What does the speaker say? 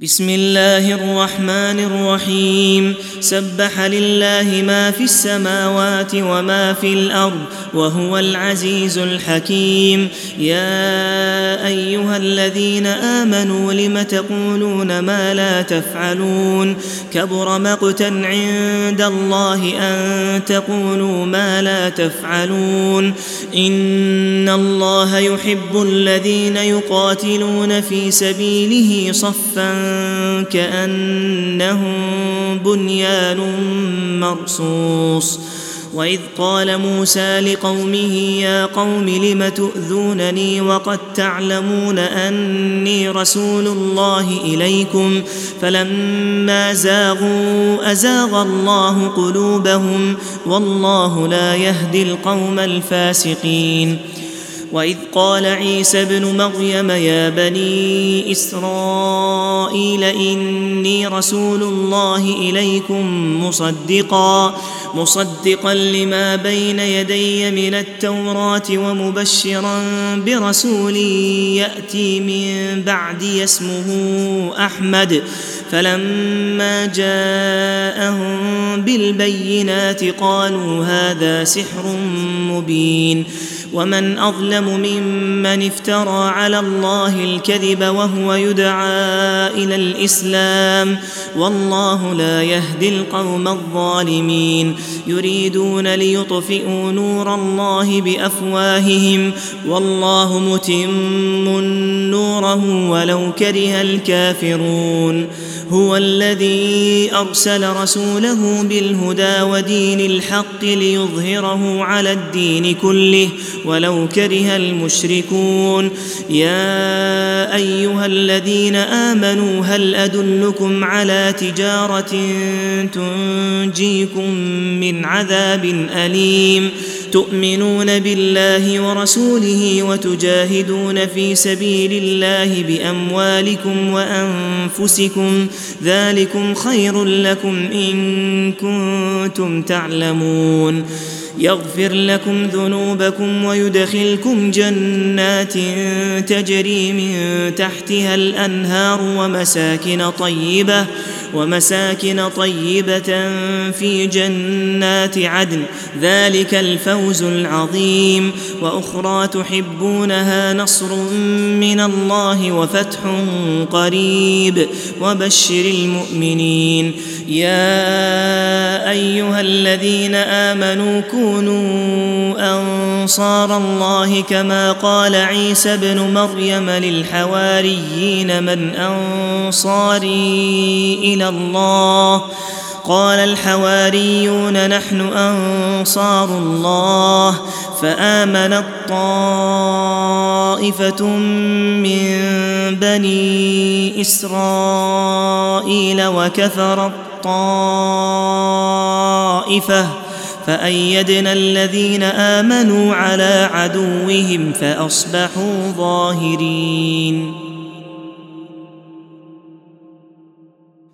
بسم الله الرحمن الرحيم سبح لله ما في السماوات وما في الأرض وهو العزيز الحكيم يا أيها الذين آمنوا لم تقولون ما لا تفعلون كبر مقتا عند الله أن تقولوا ما لا تفعلون إن الله يحب الذين يقاتلون في سبيله صفا كأنهم بنيان مرصوص وإذ قال موسى لقومه يا قوم لم تؤذونني وقد تعلمون أني رسول الله إليكم فلما زاغوا أزاغ الله قلوبهم والله لا يهدي القوم الفاسقين وإذ قال عيسى ابن مريم يا بني إسرائيل إني رسول الله إليكم مصدقا لما بين يدي من التوراة ومبشرا برسول يأتي من بعدي اسمه أحمد فلما جاءهم بالبينات قالوا هذا سحر مبين ومن أظلم ممن افترى على الله الكذب وهو يدعى إلى الإسلام والله لا يهدي القوم الظالمين يريدون ليطفئوا نور الله بأفواههم والله متم نوره ولو كره الكافرون هو الذي أرسل رسوله بالهدى ودين الحق ليظهره على الدين كله ولو كره المشركون يا أيها الذين آمنوا هل أدلكم على تجارة تنجيكم من عذاب أليم تؤمنون بالله ورسوله وتجاهدون في سبيل الله بأموالكم وأنفسكم ذلكم خير لكم إن كنتم تعلمون يغفر لكم ذنوبكم ويدخلكم جنات تجري من تحتها الأنهار ومساكن طيبة في جنات عدن ذلك الفوز العظيم وأخرى تحبونها نصر من الله وفتح قريب وبشر المؤمنين يا أيها الذين آمنوا كونوا أنصار الله كما قال عيسى ابن مريم للحواريين من أنصاري إلى الله قال الحواريون نحن أنصار الله فآمنت طائفة من بني إسرائيل وكفرت طائفة فأيدنا الذين آمنوا على عدوهم فأصبحوا ظاهرين